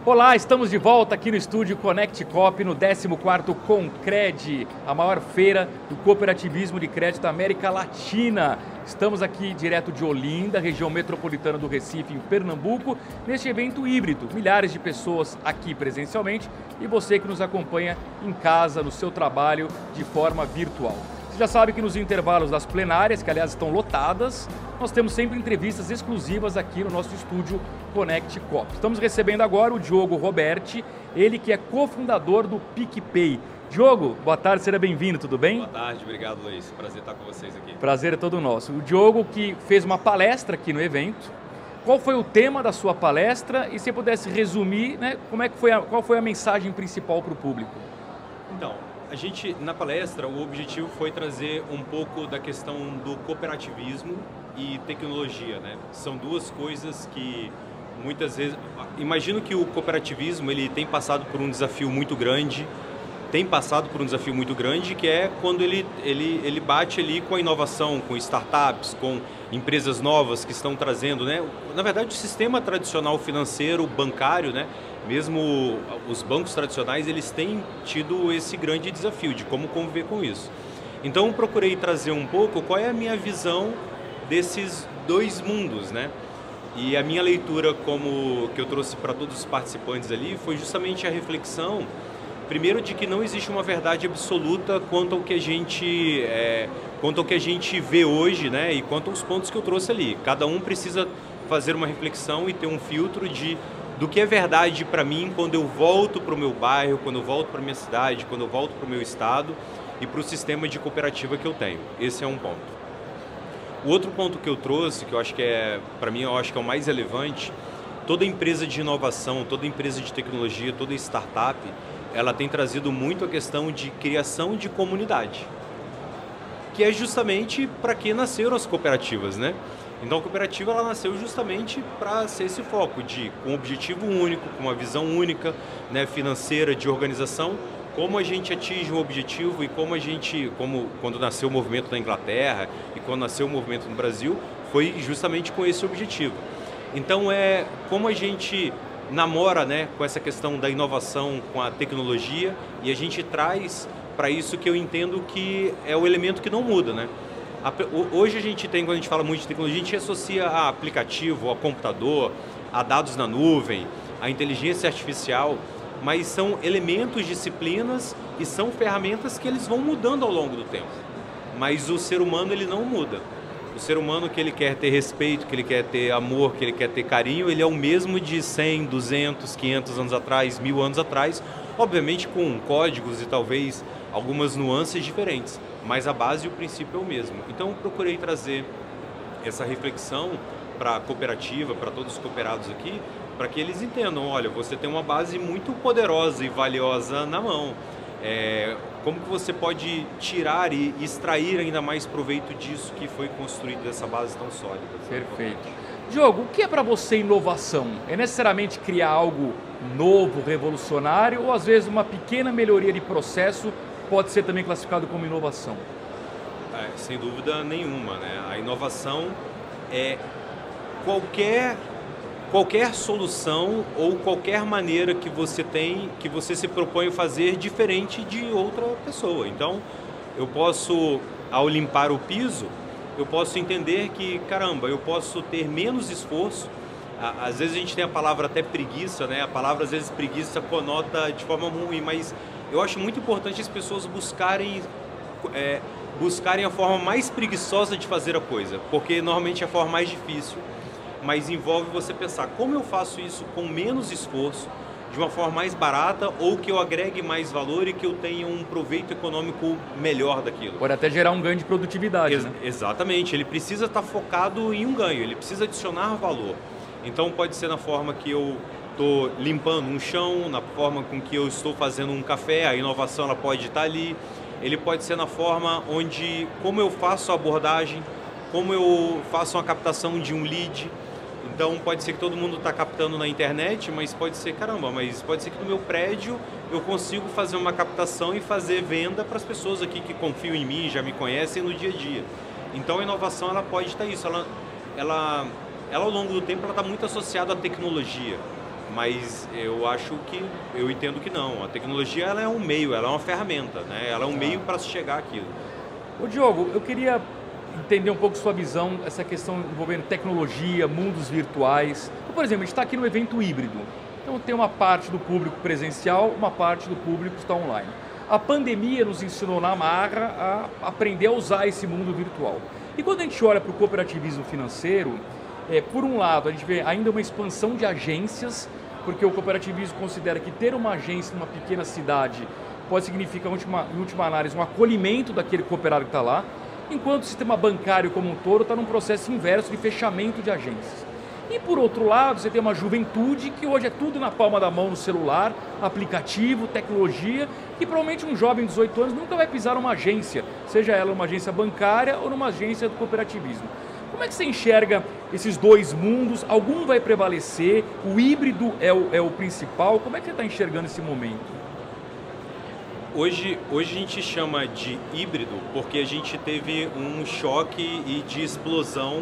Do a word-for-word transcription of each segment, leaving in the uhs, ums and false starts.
Olá, estamos de volta aqui no estúdio Connect Cop, no décimo quarto Concred, a maior feira do cooperativismo de crédito da América Latina. Estamos aqui direto de Olinda, região metropolitana do Recife, em Pernambuco, neste evento híbrido. Milhares de pessoas aqui presencialmente e você que nos acompanha em casa, no seu trabalho, de forma virtual. Você já sabe que nos intervalos das plenárias, que aliás estão lotadas, nós temos sempre entrevistas exclusivas aqui no nosso estúdio Connect Cop. Estamos recebendo agora o Diogo Roberti, ele que é cofundador do PicPay. Diogo, boa tarde, seja bem-vindo, tudo bem? Boa tarde, obrigado, Luiz. Prazer estar com vocês aqui. Prazer é todo nosso. O Diogo que fez uma palestra aqui no evento. Qual foi o tema da sua palestra e se você pudesse resumir, né, como é que foi a, qual foi a mensagem principal para o público? Então, a gente, na palestra, o objetivo foi trazer um pouco da questão do cooperativismo e tecnologia, né? São duas coisas que muitas vezes... Imagino que o cooperativismo ele tem passado por um desafio muito grande, tem passado por um desafio muito grande, que é quando ele, ele, ele bate ali com a inovação, com startups, com empresas novas que estão trazendo, né? Na verdade, o sistema tradicional financeiro, bancário, né? Mesmo os bancos tradicionais, eles têm tido esse grande desafio de como conviver com isso. Então, eu procurei trazer um pouco qual é a minha visão desses dois mundos, né? E a minha leitura, como que eu trouxe para todos os participantes ali, foi justamente a reflexão, primeiro, de que não existe uma verdade absoluta quanto ao que a gente, é, quanto ao que a gente vê hoje, né? E quanto aos pontos que eu trouxe ali. Cada um precisa fazer uma reflexão e ter um filtro de do que é verdade para mim quando eu volto para o meu bairro, quando eu volto para a minha cidade, quando eu volto para o meu estado e para o sistema de cooperativa que eu tenho. Esse é um ponto. O outro ponto que eu trouxe, que eu acho que é, para mim, eu acho que é o mais relevante, toda empresa de inovação, toda empresa de tecnologia, toda startup, ela tem trazido muito a questão de criação de comunidade, que é justamente para que nasceram as cooperativas, né? Então a cooperativa ela nasceu justamente para ser esse foco de com um objetivo único, com uma visão única, né, financeira, de organização, como a gente atinge um objetivo e como a gente, como quando nasceu o movimento na Inglaterra e quando nasceu o movimento no Brasil, foi justamente com esse objetivo. Então é como a gente namora, né, com essa questão da inovação, com a tecnologia, e a gente traz para isso que eu entendo que é o elemento que não muda, né? Hoje a gente tem, quando a gente fala muito de tecnologia, a gente associa a aplicativo, a computador, a dados na nuvem, a inteligência artificial, mas são elementos, disciplinas e são ferramentas que eles vão mudando ao longo do tempo. Mas o ser humano ele não muda. O ser humano que ele quer ter respeito, que ele quer ter amor, que ele quer ter carinho, ele é o mesmo de cem, duzentos, quinhentos anos atrás, mil anos atrás, obviamente com códigos e talvez algumas nuances diferentes, mas a base e o princípio é o mesmo. Então eu procurei trazer essa reflexão para a cooperativa, para todos os cooperados aqui, para que eles entendam, olha, você tem uma base muito poderosa e valiosa na mão. É, como que você pode tirar e extrair ainda mais proveito disso que foi construído dessa base tão sólida? Perfeito. Diogo, o que é para você inovação? É necessariamente criar algo novo, revolucionário, ou às vezes uma pequena melhoria de processo pode ser também classificado como inovação? É, sem dúvida nenhuma, né? A inovação é qualquer qualquer solução ou qualquer maneira que você tem, que você se propõe a fazer diferente de outra pessoa. Então, eu posso, ao limpar o piso, eu posso entender que, caramba, eu posso ter menos esforço. Às vezes a gente tem a palavra até preguiça, né? A palavra, às vezes, preguiça conota de forma ruim, mas eu acho muito importante as pessoas buscarem, é, buscarem a forma mais preguiçosa de fazer a coisa, porque normalmente é a forma mais difícil, mas envolve você pensar como eu faço isso com menos esforço, de uma forma mais barata, ou que eu agregue mais valor e que eu tenha um proveito econômico melhor daquilo. Pode até gerar um ganho de produtividade, Ex né? Exatamente, ele precisa estar focado em um ganho, ele precisa adicionar valor. Então pode ser na forma que eu estou limpando um chão, na forma com que eu estou fazendo um café, a inovação ela pode estar ali. Ele pode ser na forma onde, como eu faço a abordagem, como eu faço uma captação de um lead. Então pode ser que todo mundo está captando na internet, mas pode ser, caramba, mas pode ser que no meu prédio eu consigo fazer uma captação e fazer venda para as pessoas aqui que confiam em mim, já me conhecem no dia a dia. Então a inovação ela pode estar isso, ela, ela, ela ao longo do tempo ela está muito associada à tecnologia, mas eu acho que, eu entendo que não. A tecnologia ela é um meio, ela é uma ferramenta, né? Ela é um meio para se chegar àquilo. Ô Diogo, eu queria entender um pouco sua visão, essa questão envolvendo tecnologia, mundos virtuais. Então, por exemplo, a gente está aqui no evento híbrido. Então tem uma parte do público presencial, uma parte do público está online. A pandemia nos ensinou na marra a aprender a usar esse mundo virtual. E quando a gente olha para o cooperativismo financeiro, é, por um lado a gente vê ainda uma expansão de agências, porque o cooperativismo considera que ter uma agência numa pequena cidade pode significar, em última, em última análise, um acolhimento daquele cooperado que está lá, enquanto o sistema bancário como um todo está num processo inverso de fechamento de agências. E por outro lado, você tem uma juventude que hoje é tudo na palma da mão no celular, aplicativo, tecnologia, que provavelmente um jovem de dezoito anos nunca vai pisar numa agência, seja ela uma agência bancária ou numa agência do cooperativismo. Como é que você enxerga esses dois mundos? Algum vai prevalecer? O híbrido é o, é o principal? Como é que você está enxergando esse momento? Hoje, hoje a gente chama de híbrido porque a gente teve um choque e de explosão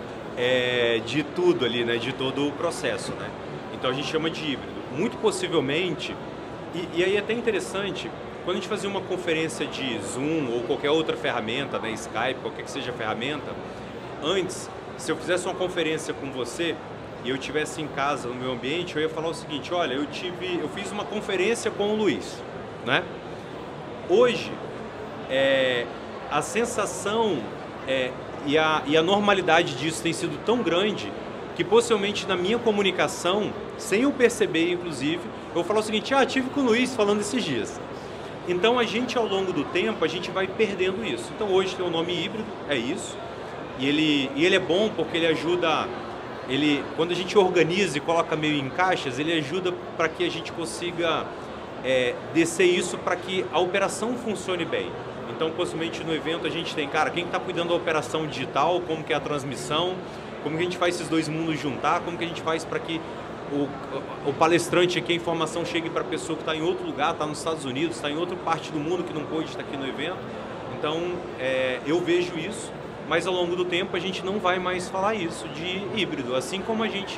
é, de tudo ali, né? De todo o processo, né? Então a gente chama de híbrido. Muito possivelmente, e, e aí é até interessante, quando a gente fazia uma conferência de Zoom ou qualquer outra ferramenta, né? Skype, qualquer que seja a ferramenta, antes, se eu fizesse uma conferência com você e eu estivesse em casa, no meu ambiente, eu ia falar o seguinte: olha, eu, tive, eu fiz uma conferência com o Luiz, né? Hoje, é, a sensação é, e, a, e a normalidade disso tem sido tão grande que possivelmente na minha comunicação, sem eu perceber inclusive, eu vou falar o seguinte: ah, tive com o Luiz falando esses dias. Então a gente, ao longo do tempo, a gente vai perdendo isso. Então hoje tem o nome híbrido, é isso, e ele, e ele é bom porque ele ajuda, ele, quando a gente organiza e coloca meio em caixas, ele ajuda para que a gente consiga É, descer isso para que a operação funcione bem. Então, possivelmente no evento a gente tem, cara, quem está cuidando da operação digital, como que é a transmissão, como que a gente faz esses dois mundos juntar, como que a gente faz para que o, o palestrante aqui, a informação chegue para a pessoa que está em outro lugar, está nos Estados Unidos, está em outra parte do mundo que não pôde estar aqui no evento. Então, é, eu vejo isso, mas ao longo do tempo a gente não vai mais falar isso de híbrido, assim como a gente...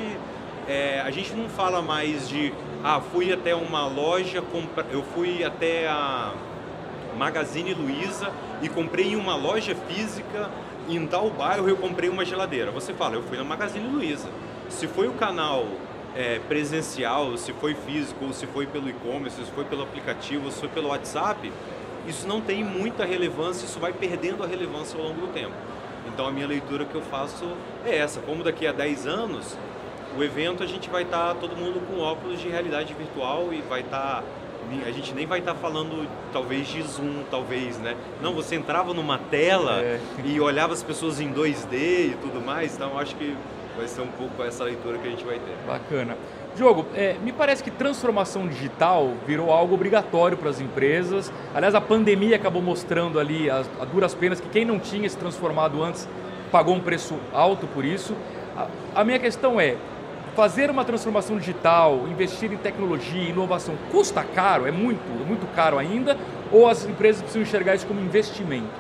É, a gente não fala mais de, ah, fui até uma loja, compra... eu fui até a Magazine Luiza e comprei em uma loja física, em tal bairro eu comprei uma geladeira. Você fala, eu fui na Magazine Luiza. Se foi o canal é, presencial, se foi físico, ou se foi pelo e-commerce, se foi pelo aplicativo, se foi pelo WhatsApp, isso não tem muita relevância, isso vai perdendo a relevância ao longo do tempo. Então a minha leitura que eu faço é essa, como daqui a dez anos... o evento a gente vai estar tá, todo mundo com óculos de realidade virtual e vai estar, tá, a gente nem vai estar tá falando talvez de Zoom, talvez, né? Não, você entrava numa tela é. e olhava as pessoas em dois D e tudo mais, então acho que vai ser um pouco essa leitura que a gente vai ter. Bacana. Diogo, é, me parece que transformação digital virou algo obrigatório para as empresas. Aliás, a pandemia acabou mostrando ali, a, a duras penas, que quem não tinha se transformado antes pagou um preço alto por isso. A, a minha questão é, fazer uma transformação digital, investir em tecnologia, inovação, custa caro? É muito, é muito caro ainda? Ou as empresas precisam enxergar isso como investimento?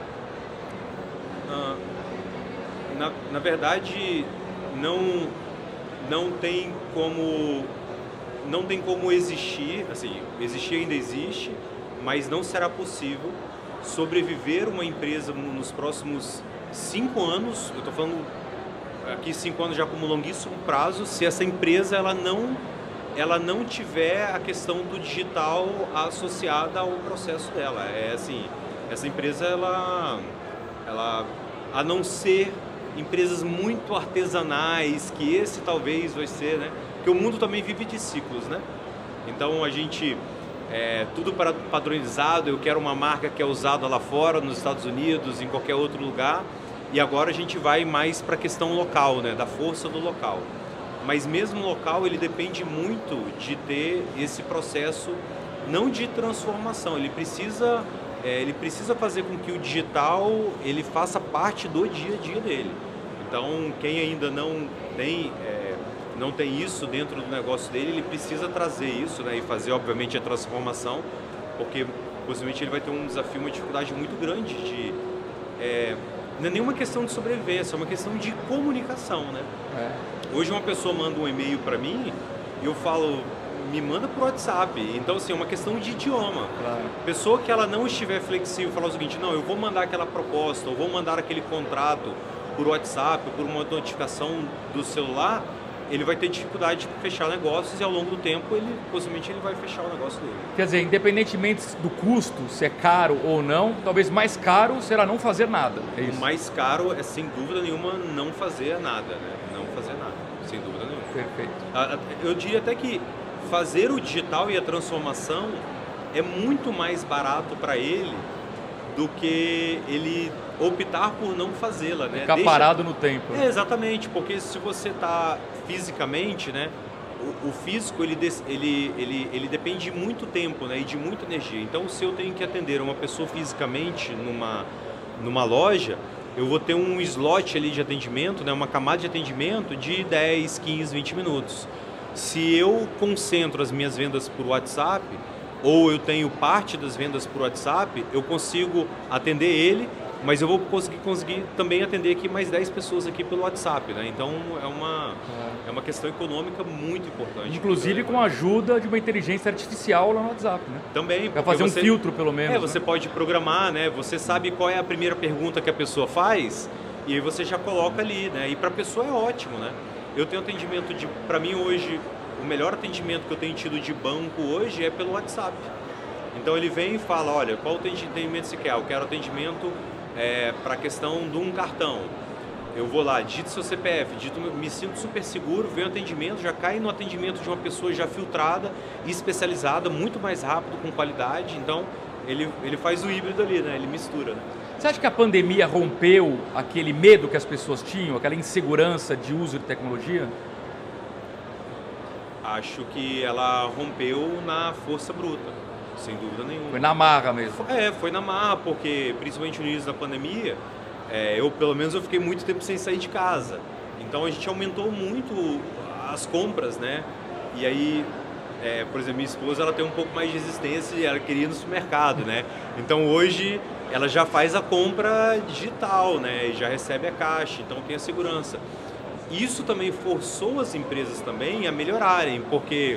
Ah, na, na verdade, não, não tem como, não tem como existir, assim, existir ainda existe, mas não será possível sobreviver uma empresa nos próximos cinco anos, eu estou falando aqui cinco anos já como longuíssimo prazo, se essa empresa ela não, ela não tiver a questão do digital associada ao processo dela. É assim, essa empresa, ela, ela, a não ser empresas muito artesanais, que esse talvez vai ser, né? Porque o mundo também vive de ciclos, né? Então a gente, é, tudo padronizado, eu quero uma marca que é usada lá fora, nos Estados Unidos, em qualquer outro lugar. E agora a gente vai mais para a questão local, né, da força do local. Mas mesmo o local, ele depende muito de ter esse processo, não de transformação, ele precisa, é, ele precisa fazer com que o digital ele faça parte do dia a dia dele. Então, quem ainda não tem, é, não tem isso dentro do negócio dele, ele precisa trazer isso, né, e fazer, obviamente, a transformação, porque possivelmente ele vai ter um desafio, uma dificuldade muito grande de... É, não é nenhuma questão de sobrevivência, é uma questão de comunicação, né? É. Hoje uma pessoa manda um e-mail para mim, eu falo, me manda por WhatsApp. Então, assim, é uma questão de idioma. Claro. Pessoa que ela não estiver flexível, falar o seguinte, não, eu vou mandar aquela proposta, ou vou mandar aquele contrato por WhatsApp, por uma notificação do celular, ele vai ter dificuldade de fechar negócios e ao longo do tempo, ele possivelmente ele vai fechar o negócio dele. Quer dizer, independentemente do custo, se é caro ou não, talvez mais caro será não fazer nada. É isso? O mais caro é, sem dúvida nenhuma, não fazer nada, né? Não fazer nada, sem dúvida nenhuma. Perfeito. Eu diria até que fazer o digital e a transformação é muito mais barato para ele do que ele optar por não fazê-la, né? Ficar Deixa... parado no tempo. É, exatamente, porque se você está fisicamente, né? O, o físico, ele, ele, ele, ele depende de muito tempo, né? E de muita energia. Então, se eu tenho que atender uma pessoa fisicamente numa, numa loja, eu vou ter um slot ali de atendimento, né? Uma camada de atendimento de dez, quinze, vinte minutos. Se eu concentro as minhas vendas por WhatsApp, ou eu tenho parte das vendas por WhatsApp, eu consigo atender ele, mas eu vou conseguir, conseguir também atender aqui mais dez pessoas aqui pelo WhatsApp, né? Então é uma, é. é uma questão econômica muito importante. Inclusive com a ajuda de uma inteligência artificial lá no WhatsApp, né? Também. Vai fazer você, um filtro, pelo menos. É, você né? pode programar, né? Você sabe qual é a primeira pergunta que a pessoa faz e aí você já coloca ali, né? E para a pessoa é ótimo, né? Eu tenho atendimento de, para mim hoje, o melhor atendimento que eu tenho tido de banco hoje é pelo WhatsApp. Então ele vem e fala, olha, qual atendimento você quer? Eu quero atendimento é, para a questão de um cartão. Eu vou lá, digito seu C P F, digito, me sinto super seguro, venho atendimento, já cai no atendimento de uma pessoa já filtrada e especializada, muito mais rápido, com qualidade. Então ele, ele faz o híbrido ali, né? Ele mistura. Né? Você acha que a pandemia rompeu aquele medo que as pessoas tinham, aquela insegurança de uso de tecnologia? Acho que ela rompeu na força bruta, sem dúvida nenhuma. Foi na marra mesmo. É, foi na marra, porque principalmente no início da pandemia, é, eu pelo menos eu fiquei muito tempo sem sair de casa. Então a gente aumentou muito as compras, né? E aí, é, por exemplo, minha esposa ela tem um pouco mais de resistência e ela queria ir no supermercado, né? Então hoje ela já faz a compra digital, né? E já recebe a caixa, então tem a segurança. Isso também forçou as empresas também a melhorarem, porque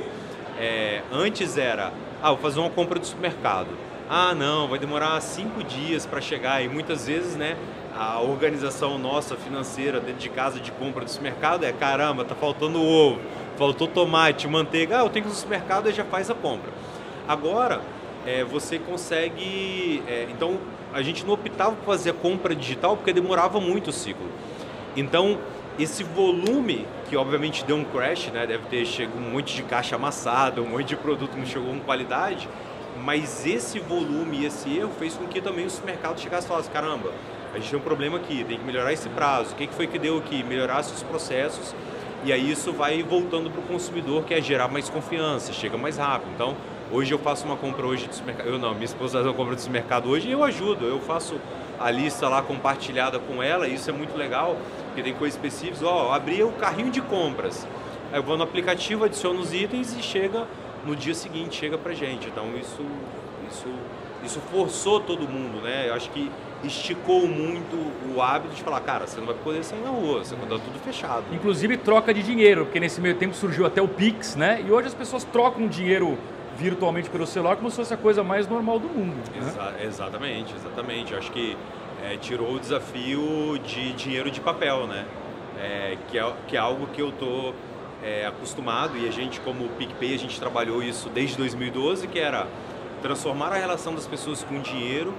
é, antes era, ah, vou fazer uma compra do supermercado. Ah, não, vai demorar cinco dias para chegar e muitas vezes, né, a organização nossa financeira dentro de casa de compra do supermercado é, caramba, tá faltando ovo, faltou tomate, manteiga, ah, eu tenho que ir no supermercado e já faz a compra. Agora, é, você consegue, é, então a gente não optava por fazer a compra digital porque demorava muito o ciclo. Então, esse volume, que obviamente deu um crash, né? Deve ter chegado um monte de caixa amassada, um monte de produto não chegou com qualidade, mas esse volume e esse erro fez com que também o supermercado chegasse e falasse, caramba, a gente tem um problema aqui, tem que melhorar esse prazo, o que foi que deu aqui? Melhorasse os processos, e aí isso vai voltando para o consumidor, que é gerar mais confiança, chega mais rápido. Então, hoje eu faço uma compra hoje de supermercado, eu não, minha esposa faz uma compra de supermercado hoje e eu ajudo, eu faço a lista lá compartilhada com ela, e isso é muito legal, porque tem coisas específicas, ó, abri o carrinho de compras, aí eu vou no aplicativo, adiciono os itens e chega, no dia seguinte, chega pra gente. Então isso, isso, isso forçou todo mundo, né? Eu acho que esticou muito o hábito de falar, cara, você não vai poder sair na rua, você vai dar tudo fechado. Inclusive troca de dinheiro, porque nesse meio tempo surgiu até o Pix, né? E hoje as pessoas trocam dinheiro virtualmente pelo celular como se fosse a coisa mais normal do mundo. Exa né? Exatamente, exatamente. Eu acho que é, tirou o desafio de dinheiro de papel, né? É, que, é, que é algo que eu tô é, acostumado, e a gente, como o PicPay, a gente trabalhou isso desde dois mil e doze, que era transformar a relação das pessoas com o dinheiro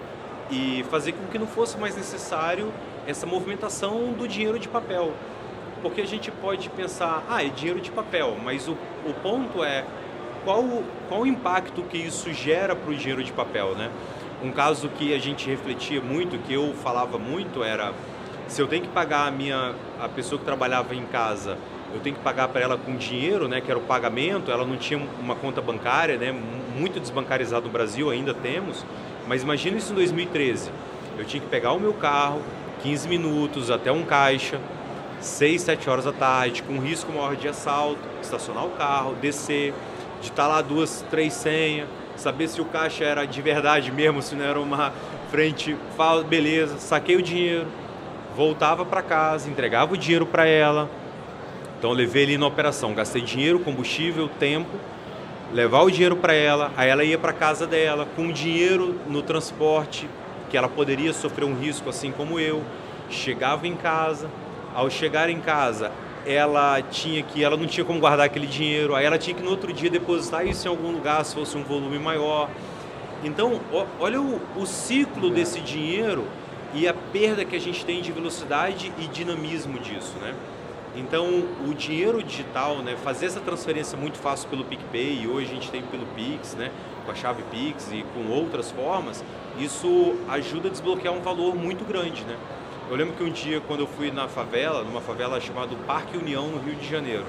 e fazer com que não fosse mais necessário essa movimentação do dinheiro de papel. Porque a gente pode pensar, ah, é dinheiro de papel, mas o, o ponto é qual, qual o impacto que isso gera para o dinheiro de papel, né? Um caso que a gente refletia muito, que eu falava muito, era se eu tenho que pagar a minha a pessoa que trabalhava em casa, eu tenho que pagar para ela com dinheiro, né, que era o pagamento, ela não tinha uma conta bancária, né, muito desbancarizado no Brasil, ainda temos, mas imagina isso em dois mil e treze, eu tinha que pegar o meu carro, quinze minutos até um caixa, seis, sete horas da tarde, com risco maior de assalto, estacionar o carro, descer, digitar lá duas, três senhas, saber se o caixa era de verdade mesmo, se não era uma frente, fala, beleza, saquei o dinheiro, voltava para casa, entregava o dinheiro para ela, Então eu levei ele na operação, gastei dinheiro, combustível, tempo, levar o dinheiro para ela, aí ela ia para casa dela, com dinheiro no transporte, que ela poderia sofrer um risco assim como eu, chegava em casa, ao chegar em casa, ela tinha que, ela não tinha como guardar aquele dinheiro, aí ela tinha que no outro dia depositar isso em algum lugar, se fosse um volume maior. Então, olha o, o ciclo desse dinheiro e a perda que a gente tem de velocidade e dinamismo disso, né? Então, o dinheiro digital, né, fazer essa transferência muito fácil pelo PicPay, e hoje a gente tem pelo Pix, né, com a chave Pix e com outras formas, isso ajuda a desbloquear um valor muito grande, né? Eu lembro que um dia, quando eu fui na favela, numa favela chamada Parque União, no Rio de Janeiro,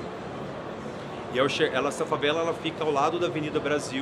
e eu che... ela, essa favela ela fica ao lado da Avenida Brasil,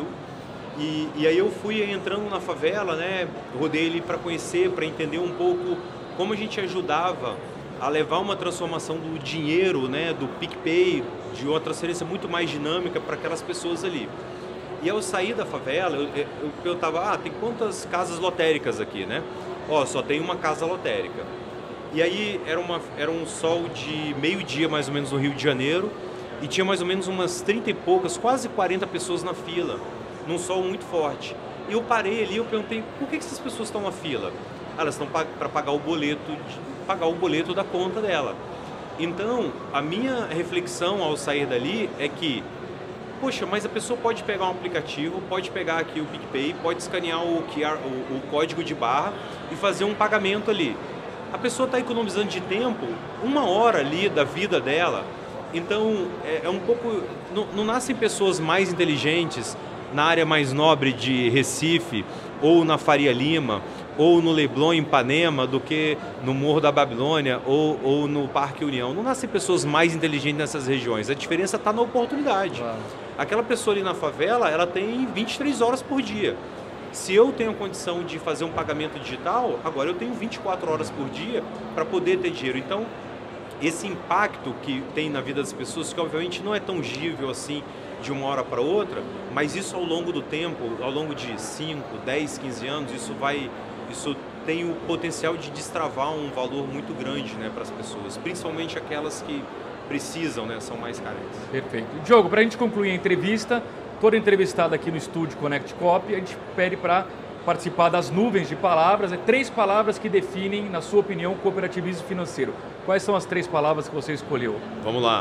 e, e aí eu fui entrando na favela, né, rodei ali para conhecer, para entender um pouco como a gente ajudava a levar uma transformação do dinheiro, né, do PicPay, de uma transferência muito mais dinâmica para aquelas pessoas ali. E ao sair da favela, eu, eu, eu perguntava, ah, tem quantas casas lotéricas aqui, né? Ó, só tem uma casa lotérica. E aí era, uma, era um sol de meio-dia, mais ou menos, no Rio de Janeiro, e tinha mais ou menos umas trinta e poucas, quase quarenta pessoas na fila, num sol muito forte. E eu parei ali e eu perguntei, por que essas pessoas estão na fila? Ah, elas estão para pagar o boleto, pagar o boleto da conta dela. Então, a minha reflexão ao sair dali é que, poxa, mas a pessoa pode pegar um aplicativo, pode pegar aqui o PicPay, pode escanear o, Q R, o, o código de barra e fazer um pagamento ali. A pessoa está economizando de tempo, uma hora ali da vida dela. Então, é, é um pouco... Não, não nascem pessoas mais inteligentes na área mais nobre de Recife, ou na Faria Lima, ou no Leblon, em Ipanema, do que no Morro da Babilônia, ou, ou no Parque União. Não nascem pessoas mais inteligentes nessas regiões. A diferença está na oportunidade. Claro. Aquela pessoa ali na favela, ela tem vinte e três horas por dia. Se eu tenho condição de fazer um pagamento digital, agora eu tenho vinte e quatro horas por dia para poder ter dinheiro. Então, esse impacto que tem na vida das pessoas, que obviamente não é tangível assim de uma hora para outra, mas isso ao longo do tempo, ao longo de cinco, dez, quinze anos, isso vai, isso tem o potencial de destravar um valor muito grande, né, para as pessoas, principalmente aquelas que precisam, né, são mais carentes. Perfeito. Diogo, para a gente concluir a entrevista, toda entrevistada aqui no estúdio Connect Copy, a gente pede para participar das nuvens de palavras, é três palavras que definem, na sua opinião, o cooperativismo financeiro. Quais são as três palavras que você escolheu? Vamos lá.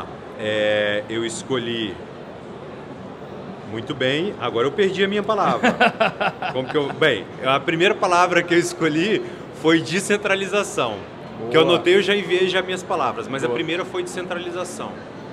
É, eu escolhi... Muito bem, agora eu perdi a minha palavra. Como que eu... Bem, a primeira palavra que eu escolhi foi descentralização. Boa. Que eu anotei, eu já enviei já minhas palavras, mas Boa. A primeira foi descentralização.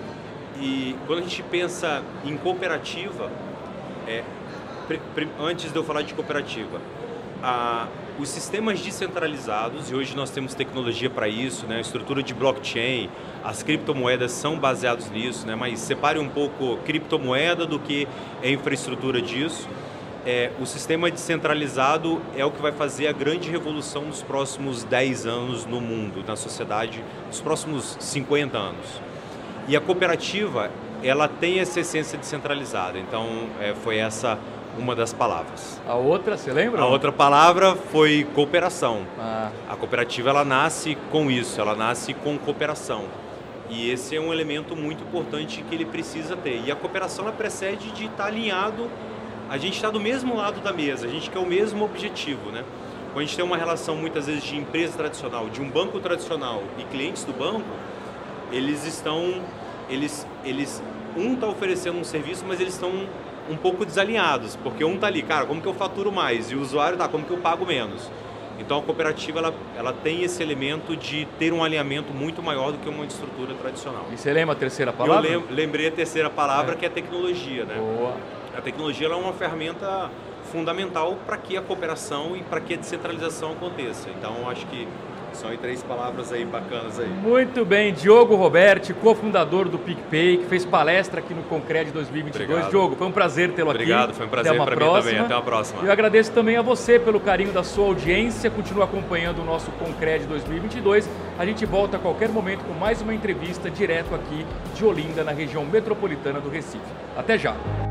E quando a gente pensa em cooperativa, é, antes de eu falar de cooperativa, a, os sistemas descentralizados, e hoje nós temos tecnologia para isso, né, a estrutura de blockchain, as criptomoedas são baseadas nisso, né, mas separe um pouco criptomoeda do que a infraestrutura disso. É, o sistema descentralizado é o que vai fazer a grande revolução nos próximos dez anos no mundo, na sociedade, nos próximos cinquenta anos. E a cooperativa, ela tem essa essência descentralizada, então é, foi essa uma das palavras. A outra, você lembra? A outra palavra foi cooperação. Ah. A cooperativa, ela nasce com isso, ela nasce com cooperação. E esse é um elemento muito importante que ele precisa ter. E a cooperação, ela precede de estar alinhado, a gente está do mesmo lado da mesa, a gente quer o mesmo objetivo, né? Quando a gente tem uma relação, muitas vezes, de empresa tradicional, de um banco tradicional e clientes do banco, eles estão, eles, eles um está oferecendo um serviço, mas eles estão um pouco desalinhados, porque um está ali, cara, como que eu faturo mais? E o usuário tá, como que eu pago menos? Então a cooperativa, ela, ela tem esse elemento de ter um alinhamento muito maior do que uma estrutura tradicional. E você lembra a terceira palavra? Eu lembrei a terceira palavra, é. que é a tecnologia, né? Boa. A tecnologia, ela é uma ferramenta fundamental para que a cooperação e para que a descentralização aconteça. Então, eu acho que são aí três palavras aí bacanas aí. Muito bem, Diogo Roberti, cofundador do PicPay, que fez palestra aqui no Concred dois mil e vinte e dois. Obrigado. Diogo, foi um prazer tê-lo aqui. Obrigado, foi um prazer para mim também. Até uma próxima. Eu agradeço também a você pelo carinho da sua audiência. Continua acompanhando o nosso Concred dois mil e vinte e dois. A gente volta a qualquer momento com mais uma entrevista direto aqui de Olinda, na região metropolitana do Recife. Até já!